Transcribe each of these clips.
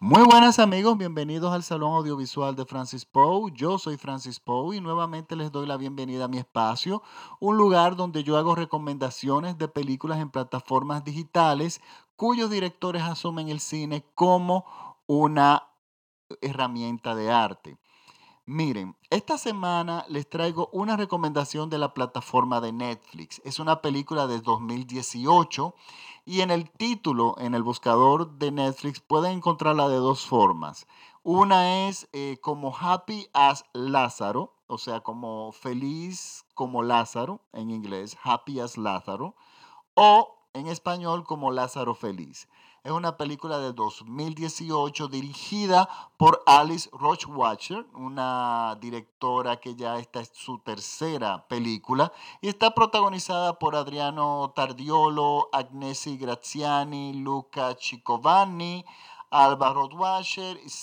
Muy buenas amigos, bienvenidos al Salón Audiovisual de Francis Poe. Yo soy Francis Poe y nuevamente les doy la bienvenida a mi espacio, un lugar donde yo hago recomendaciones de películas en plataformas digitales cuyos directores asumen el cine como una herramienta de arte. Miren, esta semana les traigo una recomendación de la plataforma de Netflix. Es una película de 2018 y en el título, en el buscador de Netflix, pueden encontrarla de dos formas. Una es como Happy as Lázaro, o sea, como feliz como Lázaro en inglés, Happy as Lázaro, o en español como Lázaro Feliz. Es una película de 2018 dirigida por Alice Rohrwacher, una directora que ya esta es su tercera película, y está protagonizada por Adriano Tardiolo, Agnesi Graziani, Luca Ciccovanni, Alba Rohrwacher y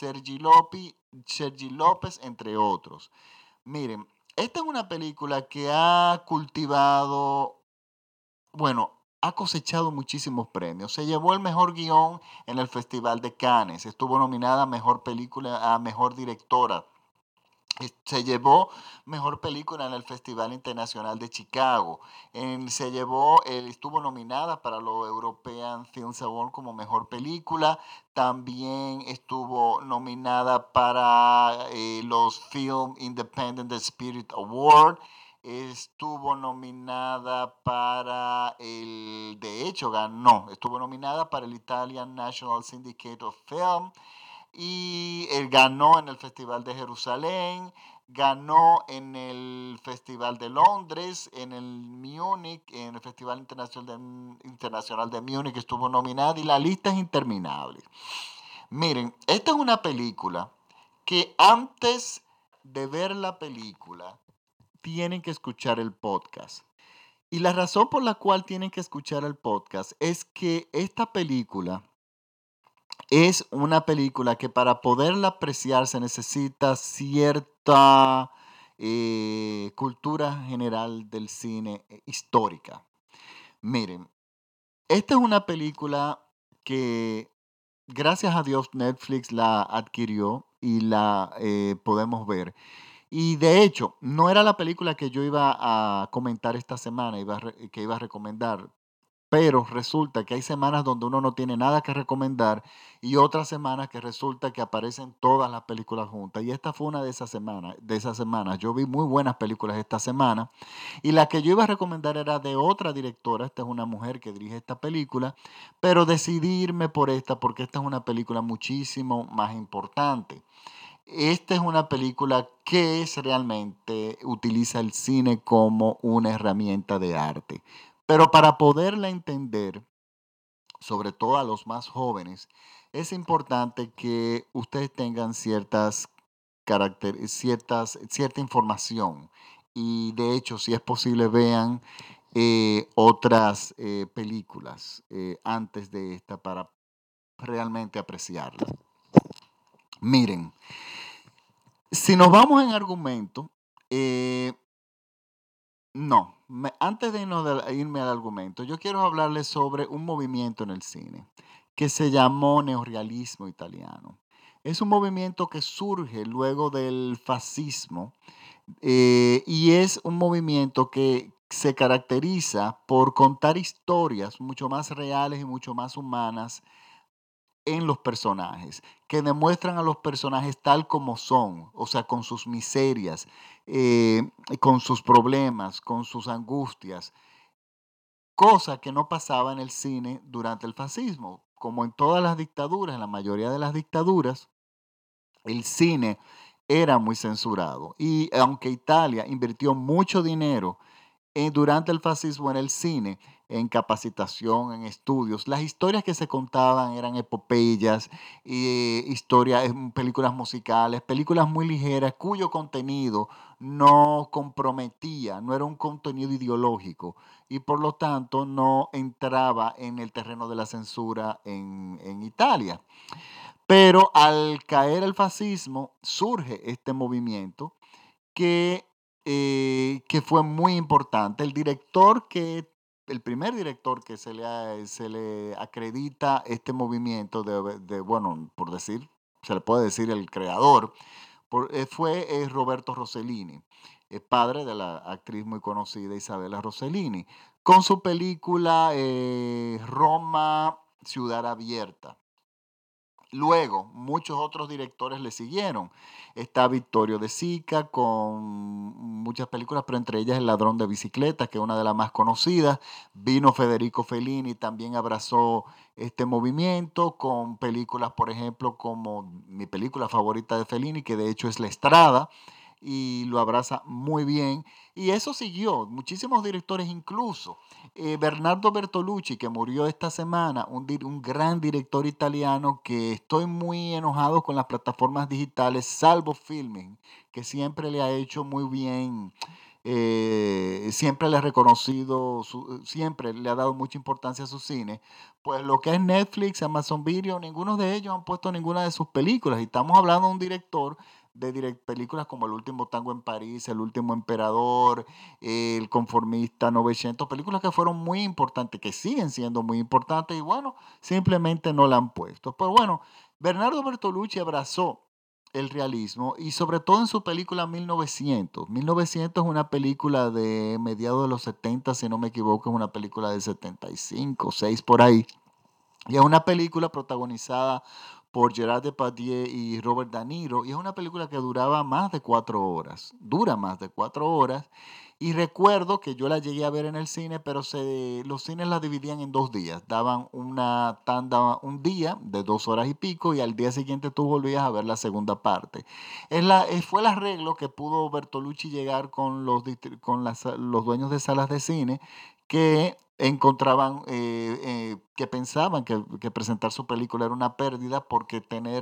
Sergi López, entre otros. Miren, esta es una película que ha cultivado, bueno, ha cosechado muchísimos premios. Se llevó el mejor guión en el Festival de Cannes. Estuvo nominada a mejor película, a mejor directora. Se llevó mejor película en el Festival Internacional de Chicago. Estuvo nominada para los European Film Award como mejor película. También estuvo nominada para los Film Independent Spirit Award. Estuvo nominada para de hecho ganó, estuvo nominada para el Italian National Syndicate of Film y él ganó en el Festival de Jerusalén, ganó en el Festival de Londres, en el Múnich, en el Festival Internacional de Múnich estuvo nominada y la lista es interminable. Miren, esta es una película que antes de ver la película tienen que escuchar el podcast. Y la razón por la cual tienen que escuchar el podcast es que esta película es una película que para poderla apreciar se necesita cierta cultura general del cine histórica. Miren, esta es una película que gracias a Dios Netflix la adquirió y la podemos ver. Y de hecho, no era la película que yo iba a comentar esta semana, que iba a recomendar. Pero resulta que hay semanas donde uno no tiene nada que recomendar y otras semanas que resulta que aparecen todas las películas juntas. Y esta fue una de esas semanas. Yo vi muy buenas películas esta semana y la que yo iba a recomendar era de otra directora. Esta es una mujer que dirige esta película, pero decidí irme por esta porque esta es una película muchísimo más importante. Esta es una película que realmente utiliza el cine como una herramienta de arte. Pero para poderla entender, sobre todo a los más jóvenes, es importante que ustedes tengan cierta información. Y de hecho, si es posible, vean otras películas antes de esta para realmente apreciarla. Miren, si nos vamos en argumento, eh, no, antes de irme al argumento, yo quiero hablarles sobre un movimiento en el cine que se llamó neorrealismo italiano. Es un movimiento que surge luego del fascismo y es un movimiento que se caracteriza por contar historias mucho más reales y mucho más humanas en los personajes, que demuestran a los personajes tal como son, o sea, con sus miserias, con sus problemas, con sus angustias, cosa que no pasaba en el cine durante el fascismo. Como en todas las dictaduras, en la mayoría de las dictaduras, el cine era muy censurado. Y aunque Italia invirtió mucho dinero durante el fascismo en el cine, en capacitación, en estudios. Las historias que se contaban eran epopeyas, películas musicales, películas muy ligeras cuyo contenido no comprometía, no era un contenido ideológico y por lo tanto no entraba en el terreno de la censura en Italia. Pero al caer el fascismo surge este movimiento que fue muy importante. El primer director que se le acredita este movimiento bueno, por decir se le puede decir el creador, fue Roberto Rossellini, padre de la actriz muy conocida Isabella Rossellini, con su película Roma, Ciudad Abierta. Luego, muchos otros directores le siguieron. Está Vittorio De Sica con muchas películas, pero entre ellas El ladrón de bicicletas, que es una de las más conocidas. Vino Federico Fellini, también abrazó este movimiento con películas, por ejemplo, como mi película favorita de Fellini, que de hecho es La Estrada, y lo abraza muy bien. Y eso siguió, muchísimos directores incluso. Bernardo Bertolucci, que murió esta semana, un gran director italiano que estoy muy enojado con las plataformas digitales, salvo Filming, que siempre le ha hecho muy bien, siempre le ha reconocido, siempre le ha dado mucha importancia a su cine. Pues lo que es Netflix, Amazon Video, ninguno de ellos han puesto ninguna de sus películas. Y estamos hablando de un director de películas como El último tango en París, El último emperador, El conformista 900, películas que fueron muy importantes, que siguen siendo muy importantes y bueno, simplemente no la han puesto. Pero bueno, Bernardo Bertolucci abrazó el realismo y sobre todo en su película 1900. 1900 es una película de mediados de los 70, si no me equivoco, es una película del 75, 6 por ahí. Y es una película protagonizada por Gerard Depardieu y Robert De Niro. Y es una película que duraba más de 4 horas. Dura más de 4 horas. Y recuerdo que yo la llegué a ver en el cine, pero los cines la dividían en 2 días. Daban una tanda un día de 2 horas y pico y al día siguiente tú volvías a ver la segunda parte. Fue el arreglo que pudo Bertolucci llegar con los dueños de salas de cine que encontraban, que pensaban que presentar su película era una pérdida porque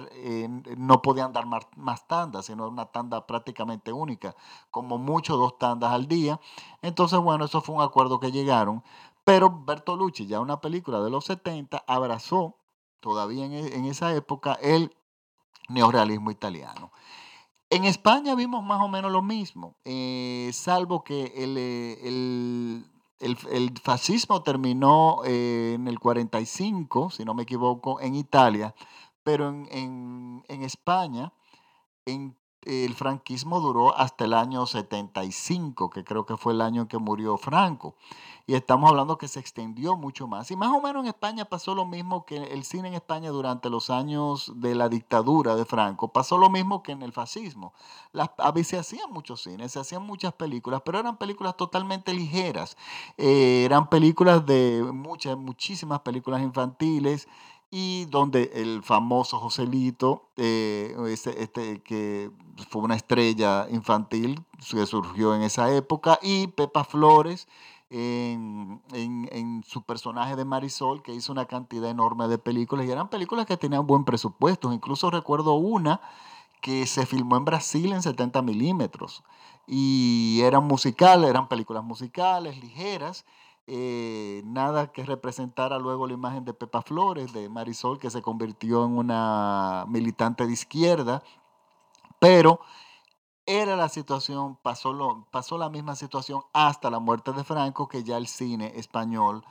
no podían dar más tandas, sino una tanda prácticamente única, como mucho 2 tandas al día. Entonces, bueno, eso fue un acuerdo que llegaron. Pero Bertolucci, ya una película de los 70, abrazó todavía en esa época el neorrealismo italiano. En España vimos más o menos lo mismo, salvo que el fascismo terminó en el 45, si no me equivoco, en Italia, pero en España el franquismo duró hasta el año 75, que creo que fue el año en que murió Franco. Y estamos hablando que se extendió mucho más. Y más o menos en España pasó lo mismo que el cine en España durante los años de la dictadura de Franco. Pasó lo mismo que en el fascismo. A veces se hacían muchos cines, se hacían muchas películas, pero eran películas totalmente ligeras. Eran películas de muchísimas películas infantiles y donde el famoso Joselito, que fue una estrella infantil que surgió en esa época, y Pepa Flores en su personaje de Marisol, que hizo una cantidad enorme de películas, y eran películas que tenían buen presupuesto. Incluso recuerdo una que se filmó en Brasil en 70 milímetros. Y eran películas musicales, ligeras, nada que representara luego la imagen de Pepa Flores, de Marisol, que se convirtió en una militante de izquierda, pero era la situación, pasó la misma situación hasta la muerte de Franco, que ya el cine español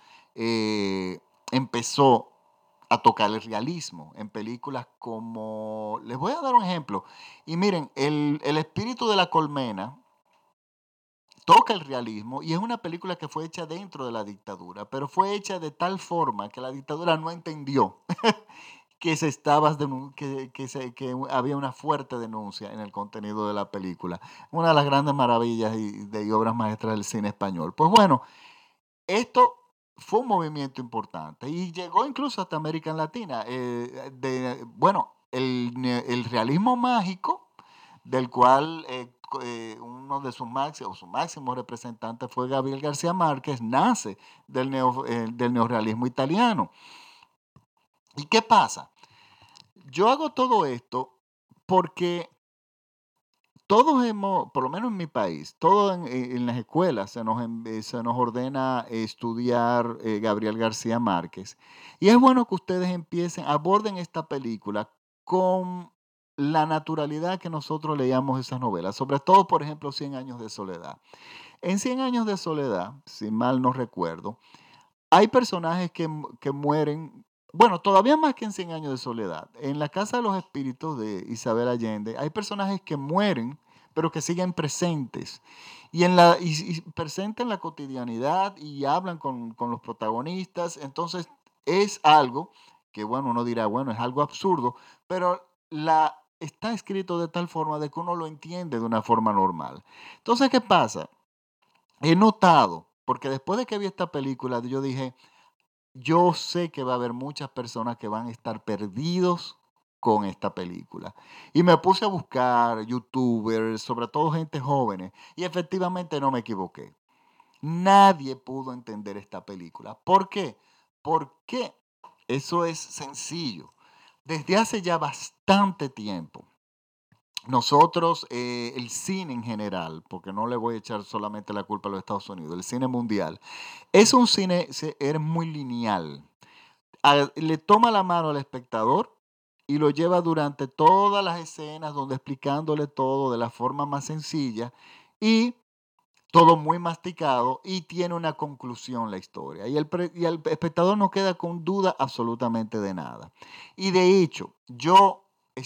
empezó a tocar el realismo en películas como, les voy a dar un ejemplo, y miren, el espíritu de la colmena toca el realismo y es una película que fue hecha dentro de la dictadura, pero fue hecha de tal forma que la dictadura no entendió que que había una fuerte denuncia en el contenido de la película. Una de las grandes maravillas y obras maestras del cine español. Pues bueno, esto fue un movimiento importante y llegó incluso hasta América Latina. Bueno, el realismo mágico, del cual uno de sus máximos representantes fue Gabriel García Márquez, nace del neorrealismo italiano. ¿Y qué pasa? Yo hago todo esto porque todos hemos, por lo menos en mi país, todos en las escuelas se nos ordena estudiar Gabriel García Márquez. Y es bueno que ustedes aborden esta película con la naturalidad que nosotros leíamos esas novelas, sobre todo, por ejemplo, Cien años de soledad. En Cien años de soledad, si mal no recuerdo, hay personajes que mueren bueno, todavía más que en Cien años de soledad. En La casa de los espíritus de Isabel Allende hay personajes que mueren, pero que siguen presentes. Y presentes en la cotidianidad y hablan con los protagonistas. Entonces, es algo que, bueno, uno dirá, bueno, es algo absurdo, pero está escrito de tal forma de que uno lo entiende de una forma normal. Entonces, ¿qué pasa? He notado, porque después de que vi esta película, yo dije, yo sé que va a haber muchas personas que van a estar perdidos con esta película. Y me puse a buscar youtubers, sobre todo gente jóvenes, y efectivamente no me equivoqué. Nadie pudo entender esta película. ¿Por qué? Porque eso es sencillo. Desde hace ya bastante tiempo, nosotros, el cine en general, porque no le voy a echar solamente la culpa a los Estados Unidos, el cine mundial, es un cine, es muy lineal. Le toma la mano al espectador y lo lleva durante todas las escenas donde explicándole todo de la forma más sencilla y todo muy masticado y tiene una conclusión la historia. Y el espectador no queda con duda absolutamente de nada. Y de hecho, yo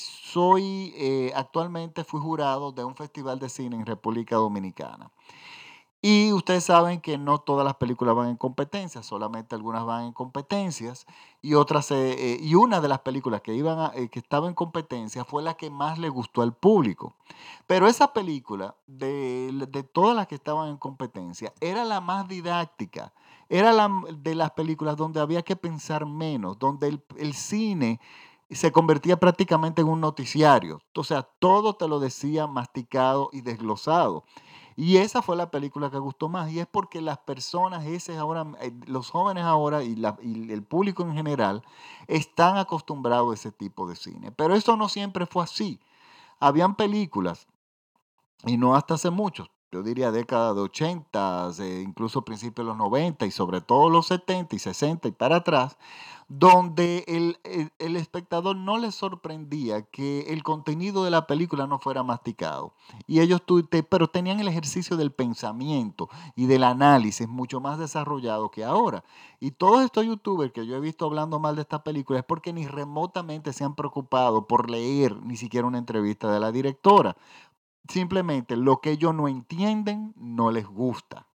actualmente fui jurado de un festival de cine en República Dominicana. Y ustedes saben que no todas las películas van en competencias, solamente algunas van en competencias y y una de las películas que estaba en competencia fue la que más le gustó al público. Pero esa película, de todas las que estaban en competencia, era la más didáctica. Era de las películas donde había que pensar menos, donde el cine se convertía prácticamente en un noticiario. O sea, todo te lo decía masticado y desglosado. Y esa fue la película que gustó más. Y es porque las personas, los jóvenes ahora y el público en general, están acostumbrados a ese tipo de cine. Pero eso no siempre fue así. Habían películas y no hasta hace mucho, yo diría década de 80, incluso principios de los 90 y sobre todo los 70 y 60 y para atrás, donde el espectador no le sorprendía que el contenido de la película no fuera masticado. Y pero tenían el ejercicio del pensamiento y del análisis mucho más desarrollado que ahora. Y todos estos youtubers que yo he visto hablando mal de esta película es porque ni remotamente se han preocupado por leer ni siquiera una entrevista de la directora. Simplemente lo que ellos no entienden no les gusta.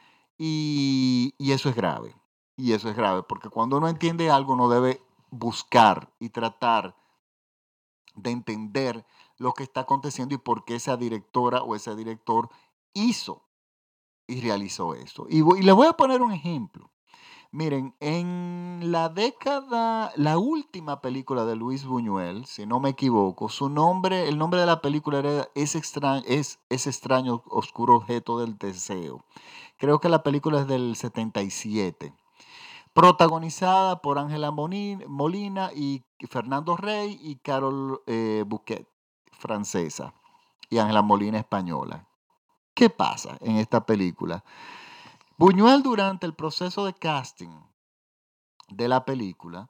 Y eso es grave. Y eso es grave, porque cuando uno entiende algo, uno debe buscar y tratar de entender lo que está aconteciendo y por qué esa directora o ese director hizo y realizó eso. Y les voy a poner un ejemplo. Miren, en la última película de Luis Buñuel, si no me equivoco, el nombre de la película era Ese extraño oscuro objeto del deseo. Creo que la película es del 77. Protagonizada por Ángela Molina y Fernando Rey y Carol Bouquet, francesa, y Ángela Molina, española. ¿Qué pasa en esta película? Buñuel, durante el proceso de casting de la película,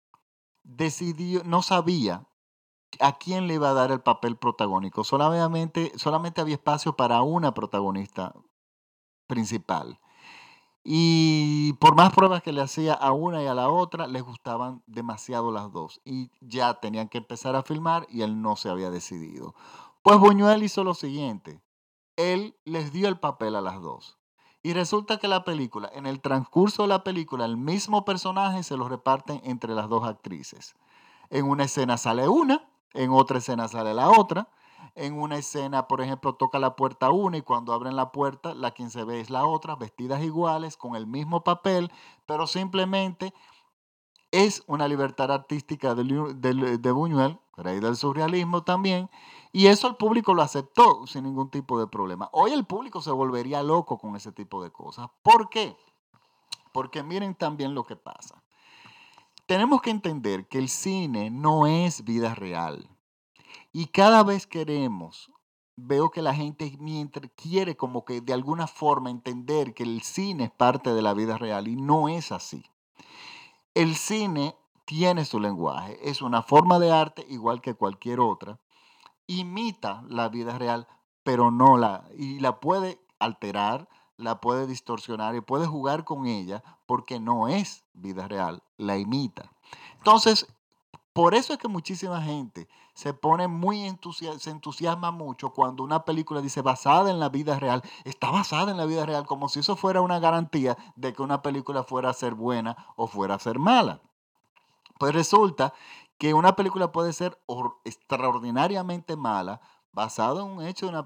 no sabía a quién le iba a dar el papel protagónico. Solamente había espacio para una protagonista principal. Y por más pruebas que le hacía a una y a la otra, les gustaban demasiado las dos. Y ya tenían que empezar a filmar y él no se había decidido. Pues Buñuel hizo lo siguiente. Él les dio el papel a las dos. Y resulta que en el transcurso de la película, el mismo personaje se lo reparten entre las dos actrices. En una escena sale una, en otra escena sale la otra. En una escena, por ejemplo, toca la puerta una y cuando abren la puerta, la quien se ve es la otra, vestidas iguales, con el mismo papel, pero simplemente es una libertad artística de Buñuel, rey del surrealismo también, y eso el público lo aceptó sin ningún tipo de problema. Hoy el público se volvería loco con ese tipo de cosas. ¿Por qué? Porque miren también lo que pasa. Tenemos que entender que el cine no es vida real. Y cada vez veo que la gente mientras quiere como que de alguna forma entender que el cine es parte de la vida real y no es así. El cine tiene su lenguaje, es una forma de arte igual que cualquier otra, imita la vida real, pero y la puede alterar, la puede distorsionar y puede jugar con ella porque no es vida real, la imita. Entonces, por eso es que muchísima gente se pone se entusiasma mucho cuando una película dice basada en la vida real, está basada en la vida real, como si eso fuera una garantía de que una película fuera a ser buena o fuera a ser mala. Pues resulta que una película puede ser extraordinariamente mala basado en un hecho de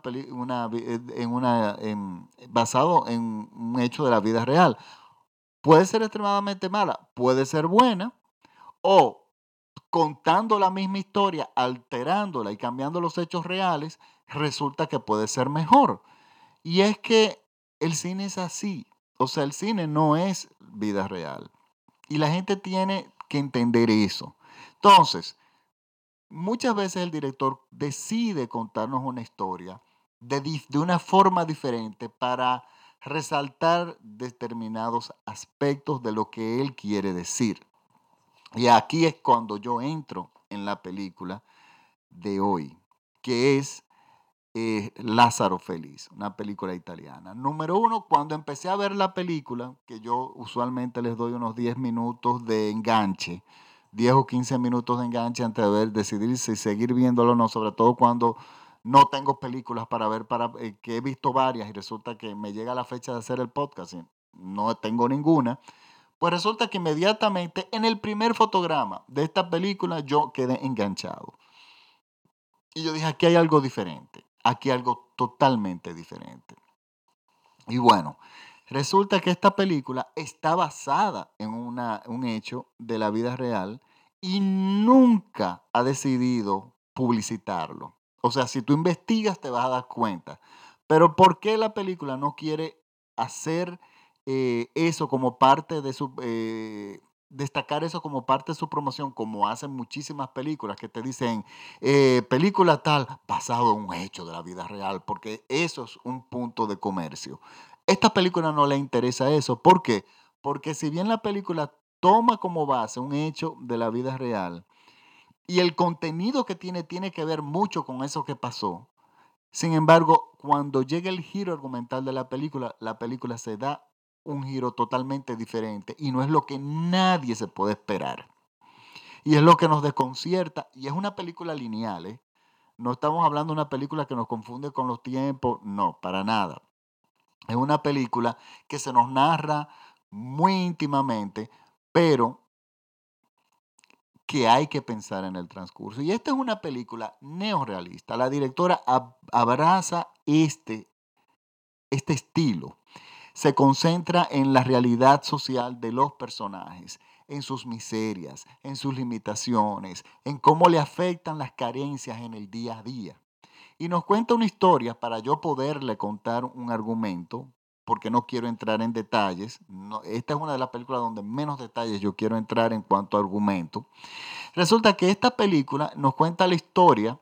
basado en un hecho de la vida real. Puede ser extremadamente mala, puede ser buena, o contando la misma historia, alterándola y cambiando los hechos reales, resulta que puede ser mejor. Y es que el cine es así. O sea, el cine no es vida real. Y la gente tiene que entender eso. Entonces, muchas veces el director decide contarnos una historia de una forma diferente para resaltar determinados aspectos de lo que él quiere decir. Y aquí es cuando yo entro en la película de hoy, que es Lázaro Feliz, una película italiana. Número uno, cuando empecé a ver la película, que yo usualmente les doy unos 10 minutos de enganche, 10 o 15 minutos de enganche antes de decidir si seguir viéndolo o no, sobre todo cuando no tengo películas para ver, que he visto varias y resulta que me llega la fecha de hacer el podcast y no tengo ninguna. Pues resulta que inmediatamente en el primer fotograma de esta película yo quedé enganchado. Y yo dije, aquí hay algo diferente, aquí hay algo totalmente diferente. Y bueno, resulta que esta película está basada en un hecho de la vida real y nunca ha decidido publicitarlo. O sea, si tú investigas te vas a dar cuenta. Pero ¿por qué la película no quiere hacer eso como parte de su... destacar eso como parte de su promoción, como hacen muchísimas películas que te dicen película tal basado en un hecho de la vida real, porque eso es un punto de comercio. Esta película no le interesa eso. ¿Por qué? Porque si bien la película toma como base un hecho de la vida real y el contenido que tiene que ver mucho con eso que pasó, sin embargo, cuando llega el giro argumental de la película se da un giro totalmente diferente y no es lo que nadie se puede esperar. Y es lo que nos desconcierta y es una película lineal, ¿eh? No estamos hablando de una película que nos confunde con los tiempos, no, para nada. Es una película que se nos narra muy íntimamente, pero que hay que pensar en el transcurso. Y esta es una película neorrealista. La directora abraza este estilo. Se concentra en la realidad social de los personajes, en sus miserias, en sus limitaciones, en cómo le afectan las carencias en el día a día. Y nos cuenta una historia para yo poderle contar un argumento, porque no quiero entrar en detalles. No, esta es una de las películas donde menos detalles yo quiero entrar en cuanto a argumento. Resulta que esta película nos cuenta la historia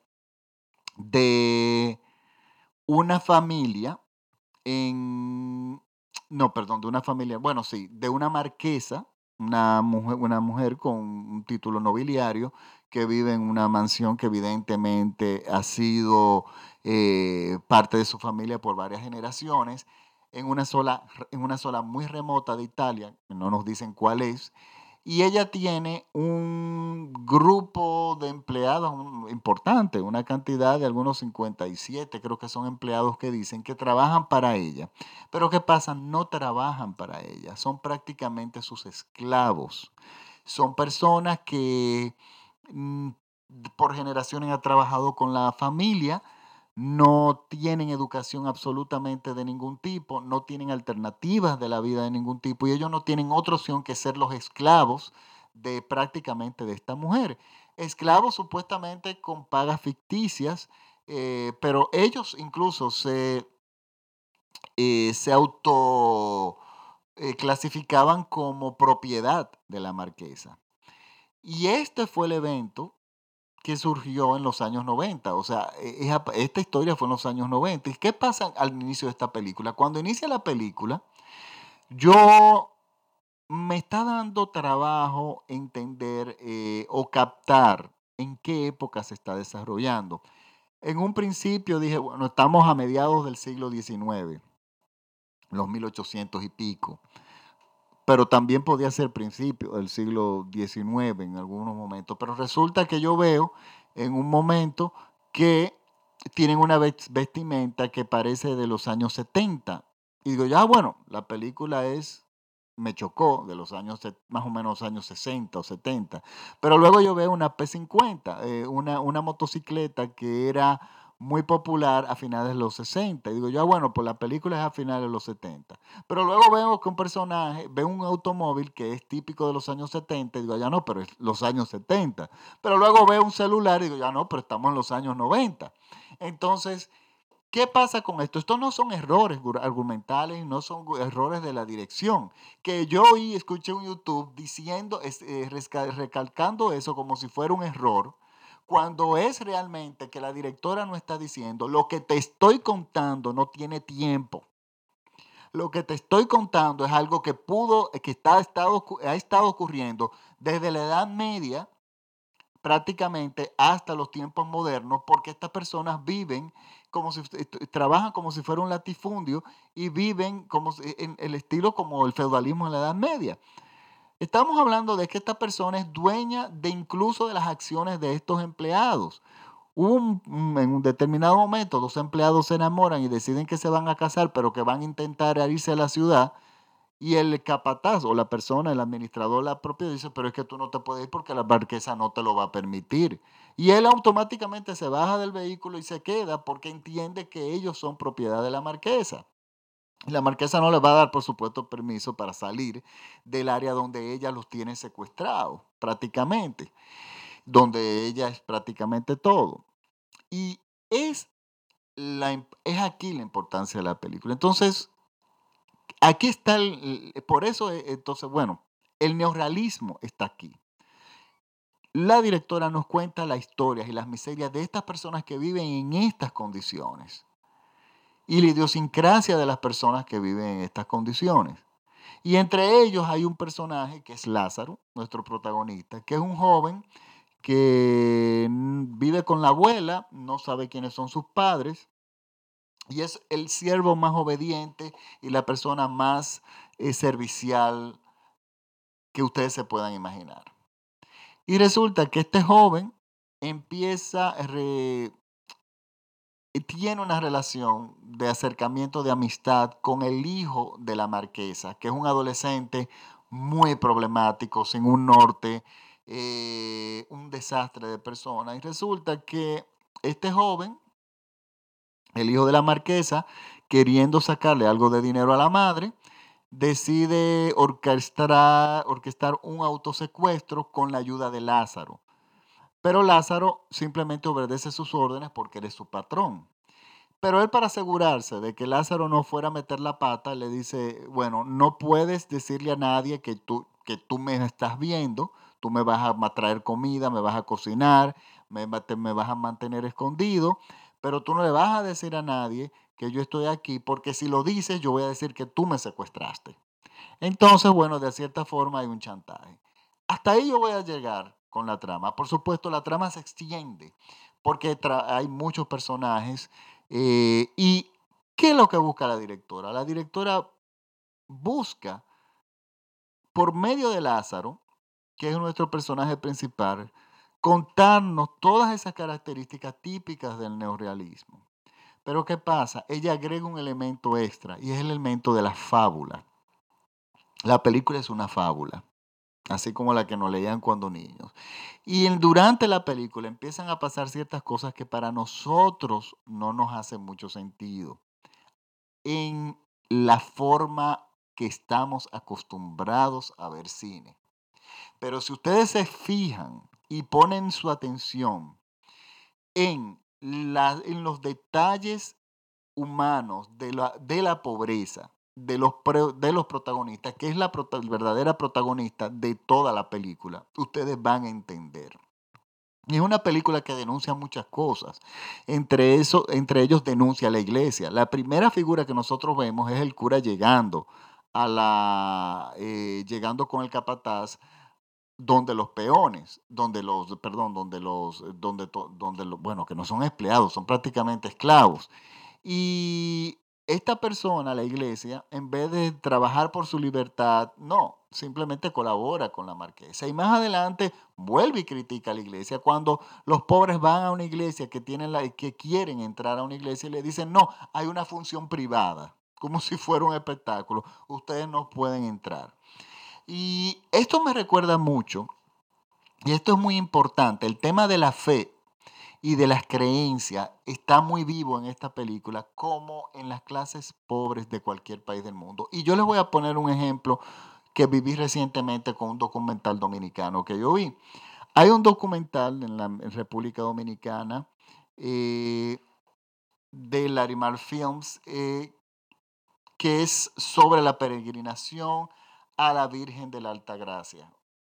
de una familia en... No, perdón, de una familia, bueno, sí, de una marquesa, una mujer con un título nobiliario que vive en una mansión que evidentemente ha sido parte de su familia por varias generaciones, en una sola muy remota de Italia, que no nos dicen cuál es, y ella tiene un grupo de empleados importante, una cantidad de algunos 57, creo que son empleados que dicen que trabajan para ella. Pero ¿qué pasa? No trabajan para ella, son prácticamente sus esclavos. Son personas que mm, por generaciones han trabajado con la familia, no tienen educación absolutamente de ningún tipo, no tienen alternativas de la vida de ningún tipo y ellos no tienen otra opción que ser los esclavos de prácticamente de esta mujer. Esclavos supuestamente con pagas ficticias, pero ellos incluso se auto clasificaban como propiedad de la marquesa. Y este fue el evento que surgió en los años 90. O sea, esta historia fue en los años 90. ¿Y qué pasa al inicio de esta película? Cuando inicia la película, yo me está dando trabajo entender o captar en qué época se está desarrollando. En un principio dije, bueno, estamos a mediados del siglo XIX, los 1800 y pico. pero también podía ser principio del siglo XIX en algunos momentos. Pero resulta que yo veo en un momento que tienen una vestimenta que parece de los años 70. Y digo, ya bueno, la película me chocó de los años, más o menos años 60 o 70. Pero luego yo veo una P50, una motocicleta que era muy popular a finales de los 60. Y digo, ya bueno, pues la película es a finales de los 70. Pero luego veo que un personaje ve un automóvil que es típico de los años 70 y digo, ya no, pero es los años 70. Pero luego veo un celular y digo, ya no, pero estamos en los años 90. Entonces, ¿qué pasa con esto? Estos no son errores argumentales, no son errores de la dirección. Que yo hoy escuché un YouTube diciendo, recalcando eso como si fuera un error, cuando es realmente que la directora no está diciendo, lo que te estoy contando no tiene tiempo. Lo que te estoy contando es algo que ha estado ocurriendo desde la Edad Media prácticamente hasta los tiempos modernos, porque estas personas viven como si trabajan como si fuera un latifundio y viven como en el estilo como el feudalismo en la Edad Media. Estamos hablando de que esta persona es dueña de incluso de las acciones de estos empleados. En un determinado momento, dos empleados se enamoran y deciden que se van a casar, pero que van a intentar irse a la ciudad. Y el capataz o la persona, el administrador, la propia, dice, pero es que tú no te puedes ir porque la marquesa no te lo va a permitir. Y él automáticamente se baja del vehículo y se queda porque entiende que ellos son propiedad de la marquesa. Y la marquesa no le va a dar, por supuesto, permiso para salir del área donde ella los tiene secuestrados, prácticamente, donde ella es prácticamente todo. Y es, es aquí la importancia de la película. Entonces, aquí está, por eso, entonces, bueno, el neorrealismo está aquí. La directora nos cuenta las historias y las miserias de estas personas que viven en estas condiciones y la idiosincrasia de las personas que viven en estas condiciones. Y entre ellos hay un personaje que es Lázaro, nuestro protagonista, que es un joven que vive con la abuela, no sabe quiénes son sus padres, y es el siervo más obediente y la persona más servicial que ustedes se puedan imaginar. Y resulta que este joven empieza, tiene una relación de acercamiento, de amistad con el hijo de la marquesa, que es un adolescente muy problemático, sin un norte, un desastre de persona. Y resulta que este joven, el hijo de la marquesa, queriendo sacarle algo de dinero a la madre, decide orquestar un autosecuestro con la ayuda de Lázaro. Pero Lázaro simplemente obedece sus órdenes porque él es su patrón. Pero él, para asegurarse de que Lázaro no fuera a meter la pata, le dice, bueno, no puedes decirle a nadie que tú me estás viendo, tú me vas a traer comida, me vas a cocinar, me vas a mantener escondido, pero tú no le vas a decir a nadie que yo estoy aquí, porque si lo dices, yo voy a decir que tú me secuestraste. Entonces, bueno, de cierta forma hay un chantaje. Hasta ahí yo voy a llegar con la trama. Por supuesto, la trama se extiende porque hay muchos personajes. ¿Y qué es lo que busca la directora? La directora busca, por medio de Lázaro, que es nuestro personaje principal, contarnos todas esas características típicas del neorrealismo. Pero ¿qué pasa? Ella agrega un elemento extra y es el elemento de la fábula. La película es una fábula, así como la que nos leían cuando niños. Y durante la película empiezan a pasar ciertas cosas que para nosotros no nos hacen mucho sentido en la forma que estamos acostumbrados a ver cine. Pero si ustedes se fijan y ponen su atención en los detalles humanos de la pobreza, de los protagonistas, que es la verdadera protagonista de toda la película, ustedes van a entender. Y es una película que denuncia muchas cosas. Entre ellos denuncia la iglesia. La primera figura que nosotros vemos es el cura llegando con el capataz donde los peones, bueno, que no son empleados, son prácticamente esclavos. Y esta persona, la iglesia, en vez de trabajar por su libertad, no, simplemente colabora con la marquesa. Y más adelante vuelve y critica a la iglesia. Cuando los pobres van a una iglesia que quieren entrar a una iglesia y le dicen, no, hay una función privada, como si fuera un espectáculo. Ustedes no pueden entrar. Y esto me recuerda mucho, y esto es muy importante, el tema de la fe y de las creencias está muy vivo en esta película como en las clases pobres de cualquier país del mundo. Y yo les voy a poner un ejemplo que viví recientemente con un documental dominicano que yo vi. Hay un documental en República Dominicana eh, de Larimar Films que es sobre la peregrinación a la Virgen de la Altagracia.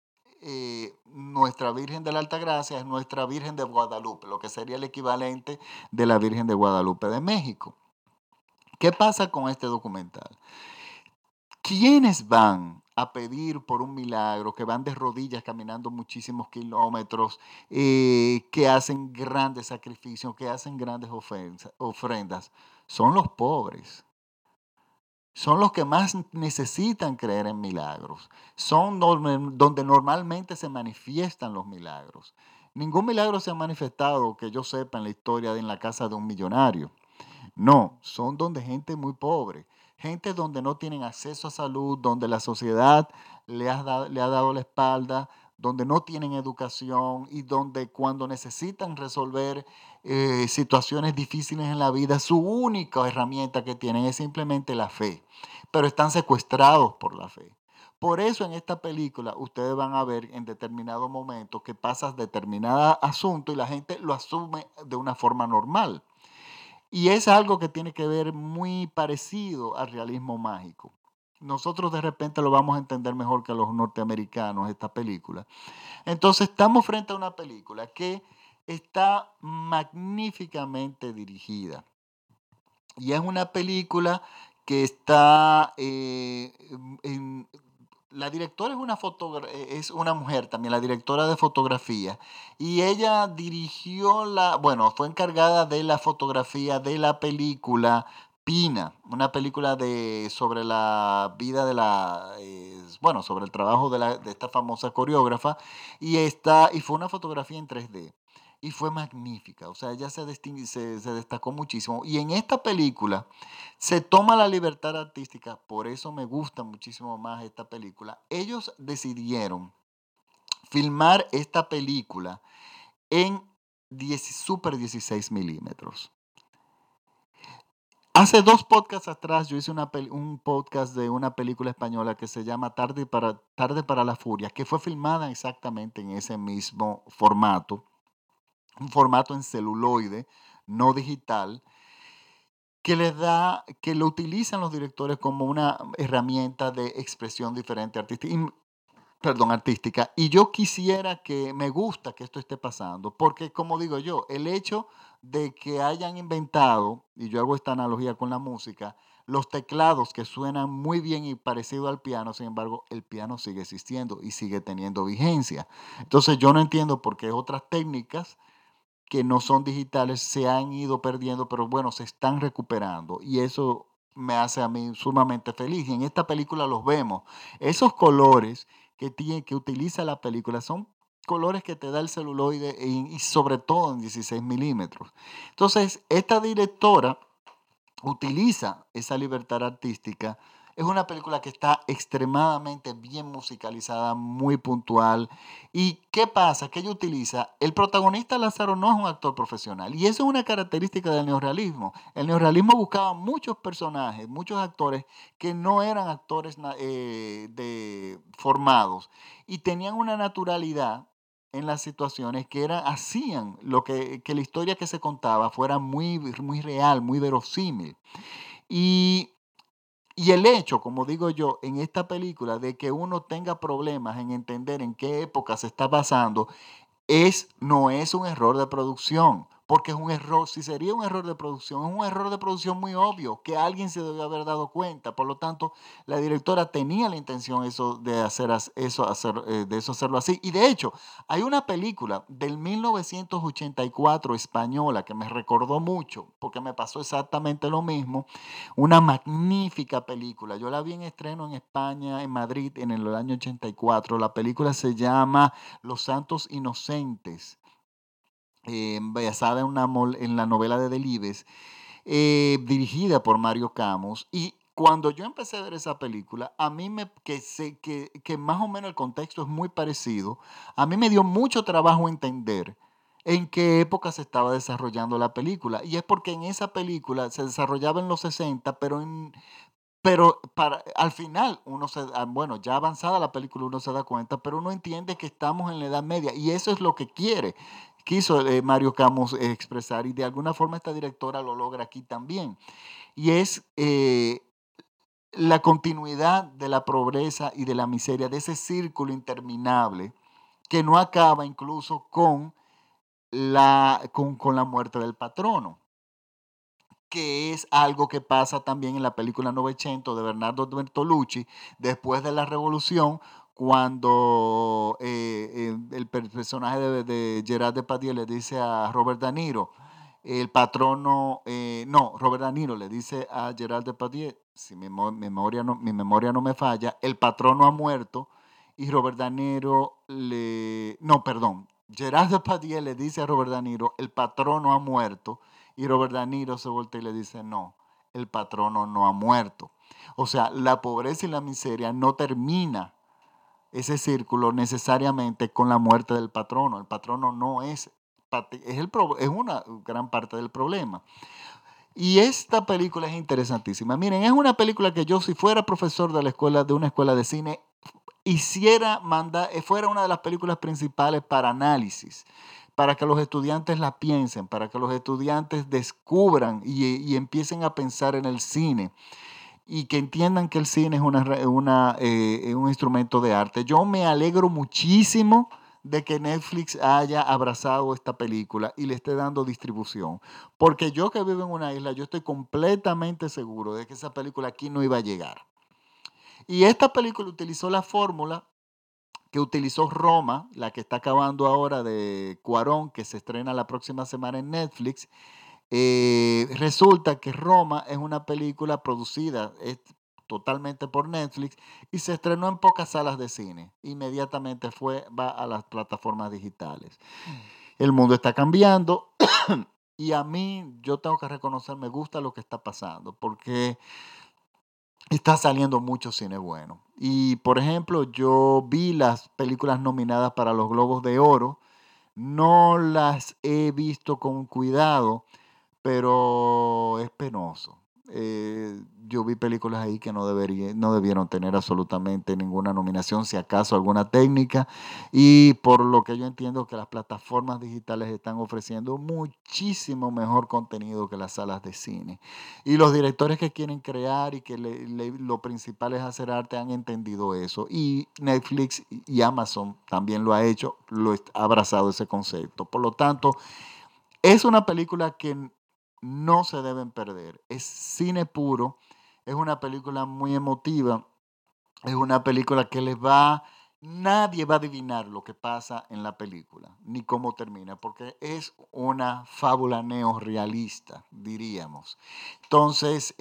Nuestra Virgen de la Altagracia es nuestra Virgen de Guadalupe, lo que sería el equivalente de la Virgen de Guadalupe de México. ¿Qué pasa con este documental? ¿Quiénes van a pedir por un milagro, que van de rodillas caminando muchísimos kilómetros, que hacen grandes sacrificios, que hacen grandes ofrendas? Son los pobres. Son los que más necesitan creer en milagros. Son donde normalmente se manifiestan los milagros. Ningún milagro se ha manifestado, que yo sepa, en la historia en la casa de un millonario. No, son donde gente muy pobre, gente donde no tienen acceso a salud, donde la sociedad le ha dado la espalda, donde no tienen educación y donde cuando necesitan resolver situaciones difíciles en la vida, su única herramienta que tienen es simplemente la fe, pero están secuestrados por la fe. Por eso en esta película ustedes van a ver en determinado momento que pasa determinado asunto y la gente lo asume de una forma normal. Y es algo que tiene que ver muy parecido al realismo mágico. Nosotros de repente lo vamos a entender mejor que los norteamericanos, esta película. Entonces estamos frente a una película que está magníficamente dirigida. Y es una película que está la directora es una mujer también, la directora de fotografía. Y ella fue encargada de la fotografía de la película Pina, una película sobre la vida sobre el trabajo de esta famosa coreógrafa. Y fue una fotografía en 3D. Y fue magnífica, o sea, ella se destacó muchísimo. Y en esta película se toma la libertad artística, por eso me gusta muchísimo más esta película. Ellos decidieron filmar esta película en Super 16 milímetros. Hace 2 podcasts atrás yo hice un podcast de una película española que se llama Tarde para la Furia, que fue filmada exactamente en ese mismo formato, un formato en celuloide, no digital, que lo utilizan los directores como una herramienta de expresión diferente artística. Y yo me gusta que esto esté pasando, porque como digo yo, el hecho de que hayan inventado, y yo hago esta analogía con la música, los teclados que suenan muy bien y parecido al piano, sin embargo, el piano sigue existiendo y sigue teniendo vigencia. Entonces yo no entiendo por qué otras técnicas que no son digitales se han ido perdiendo, pero bueno, se están recuperando y eso me hace a mí sumamente feliz. Y en esta película los vemos. Esos colores que utiliza la película son colores que te da el celuloide y sobre todo en 16 milímetros. Entonces, esta directora utiliza esa libertad artística. Es una película que está extremadamente bien musicalizada, muy puntual. ¿Y qué pasa? Que ella utiliza, el protagonista Lázaro no es un actor profesional y eso es una característica del neorrealismo. El neorrealismo buscaba muchos personajes, muchos actores que no eran actores formados y tenían una naturalidad en las situaciones hacían que la historia que se contaba fuera muy, muy real, muy verosímil. Y, y el hecho, como digo yo, en esta película de que uno tenga problemas en entender en qué época se está pasando, no es un error de producción, porque es un error, si sería un error de producción, es un error de producción muy obvio, que alguien se debió haber dado cuenta. Por lo tanto, la directora tenía la intención de hacerlo así. Y de hecho, hay una película del 1984 española que me recordó mucho, porque me pasó exactamente lo mismo. Una magnífica película. Yo la vi en estreno en España, en Madrid, en el año 84. La película se llama Los Santos Inocentes, basada en la novela de Delibes, dirigida por Mario Camus. Y cuando yo empecé a ver esa película, a mí que más o menos el contexto es muy parecido, a mí me dio mucho trabajo entender en qué época se estaba desarrollando la película. Y es porque en esa película se desarrollaba en los 60, al final bueno, ya avanzada la película uno se da cuenta, pero uno entiende que estamos en la Edad Media y eso es lo que quiso Mario Camus expresar, y de alguna forma esta directora lo logra aquí también. Y es la continuidad de la pobreza y de la miseria, de ese círculo interminable que no acaba incluso con la muerte del patrono, que es algo que pasa también en la película Novecento de Bernardo Bertolucci, después de la Revolución, cuando el personaje de Gerard Depardieu le dice a Robert De Niro, el patrono, no, Robert De Niro le dice a Gerard Depardieu, si mi memoria no me falla, el patrono ha muerto, y Robert De Niro no, perdón, Gerard Depardieu le dice a Robert De Niro, el patrono ha muerto, y Robert De Niro se voltea y le dice, no, el patrono no ha muerto. O sea, la pobreza y la miseria no termina ese círculo necesariamente con la muerte del patrono. El patrono no es una gran parte del problema. Y esta película es interesantísima. Miren, es una película que yo, si fuera profesor de una escuela de cine, fuera una de las películas principales para análisis, para que los estudiantes la piensen, para que los estudiantes descubran y empiecen a pensar en el cine, y que entiendan que el cine es un instrumento de arte. Yo me alegro muchísimo de que Netflix haya abrazado esta película y le esté dando distribución, porque yo, que vivo en una isla, yo estoy completamente seguro de que esa película aquí no iba a llegar. Y esta película utilizó la fórmula que utilizó Roma, la que está acabando ahora, de Cuarón, que se estrena la próxima semana en Netflix. Resulta que Roma es una película producida totalmente por Netflix y se estrenó en pocas salas de cine. Inmediatamente va a las plataformas digitales. El mundo está cambiando y a mí, yo tengo que reconocer, me gusta lo que está pasando, porque está saliendo mucho cine bueno. Y por ejemplo, yo vi las películas nominadas para los Globos de Oro. No las he visto con cuidado, pero es penoso. Yo vi películas ahí que no debieron tener absolutamente ninguna nominación, si acaso alguna técnica, y por lo que yo entiendo que las plataformas digitales están ofreciendo muchísimo mejor contenido que las salas de cine. Y los directores que quieren crear y que lo principal es hacer arte han entendido eso. Y Netflix y Amazon también lo ha hecho, ha abrazado ese concepto. Por lo tanto, es una película que no se deben perder. Es cine puro, es una película muy emotiva, es una película que nadie va a adivinar lo que pasa en la película, ni cómo termina, porque es una fábula neorrealista, diríamos. Entonces,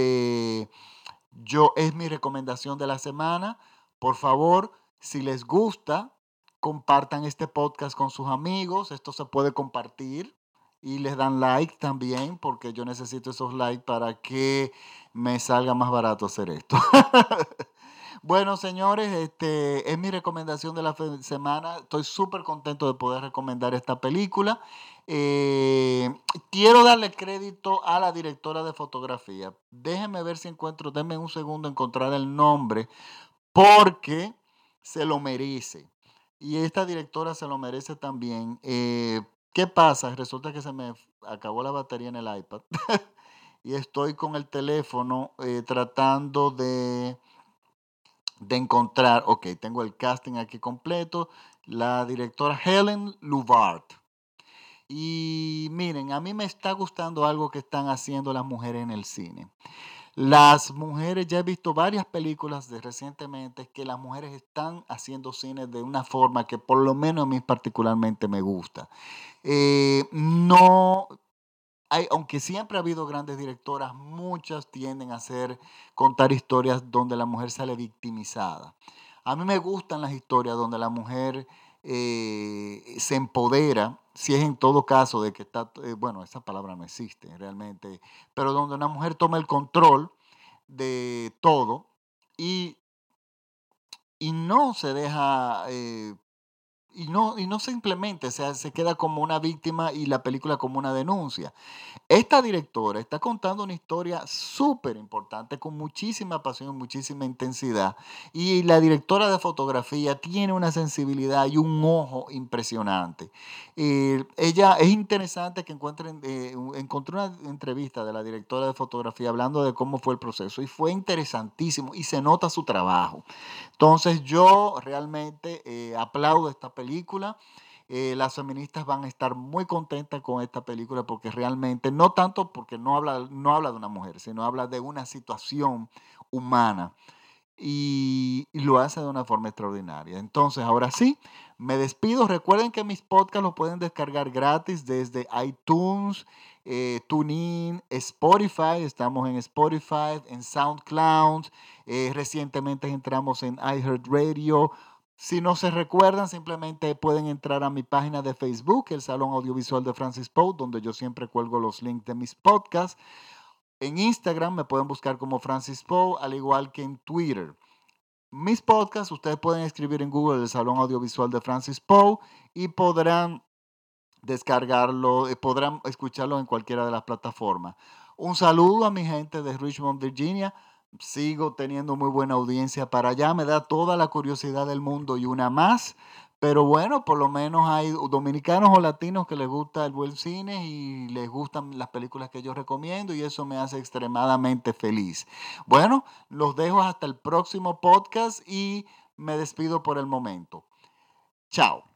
es mi recomendación de la semana. Por favor, si les gusta, compartan este podcast con sus amigos. Esto se puede compartir y les dan like también, porque yo necesito esos likes para que me salga más barato hacer esto. Bueno, señores, es mi recomendación de la semana. Estoy súper contento de poder recomendar esta película. Eh, Quiero darle crédito a la directora de fotografía. Déjenme ver si denme un segundo encontrar el nombre, porque se lo merece. Y esta directora se lo merece también. ¿Qué pasa? Resulta que se me acabó la batería en el iPad y estoy con el teléfono tratando de encontrar, ok, tengo el casting aquí completo, la directora Helen Luvart. Y miren, a mí me está gustando algo que están haciendo las mujeres en el cine. Las mujeres, ya he visto varias películas de recientemente que las mujeres están haciendo cine de una forma que por lo menos a mí particularmente me gusta. No, aunque siempre ha habido grandes directoras, muchas tienden a contar historias donde la mujer sale victimizada. A mí me gustan las historias donde la mujer se empodera, si es en todo caso de que está, bueno, esa palabra no existe realmente, pero donde una mujer toma el control de todo y, y no se deja y no simplemente, o sea, se queda como una víctima y la película como una denuncia. Esta directora está contando una historia súper importante, con muchísima pasión, muchísima intensidad. Y la directora de fotografía tiene una sensibilidad y un ojo impresionante. Ella es interesante que encontré una entrevista de la directora de fotografía hablando de cómo fue el proceso y fue interesantísimo y se nota su trabajo. Entonces yo realmente aplaudo esta película. Las feministas van a estar muy contentas con esta película porque realmente, no tanto porque no habla de una mujer, sino habla de una situación humana y lo hace de una forma extraordinaria. Entonces, ahora sí, me despido. Recuerden que mis podcasts los pueden descargar gratis desde iTunes, TuneIn, Spotify. Estamos en Spotify, en SoundCloud. Recientemente entramos en iHeartRadio. Si no se recuerdan, simplemente pueden entrar a mi página de Facebook, el Salón Audiovisual de Francis Poe, donde yo siempre cuelgo los links de mis podcasts. En Instagram me pueden buscar como Francis Poe, al igual que en Twitter. Mis podcasts ustedes pueden escribir en Google el Salón Audiovisual de Francis Poe y podrán descargarlo, podrán escucharlo en cualquiera de las plataformas. Un saludo a mi gente de Richmond, Virginia. Sigo teniendo muy buena audiencia para allá. Me da toda la curiosidad del mundo y una más. Pero bueno, por lo menos hay dominicanos o latinos que les gusta el buen cine y les gustan las películas que yo recomiendo y eso me hace extremadamente feliz. Bueno, los dejo hasta el próximo podcast y me despido por el momento. Chao.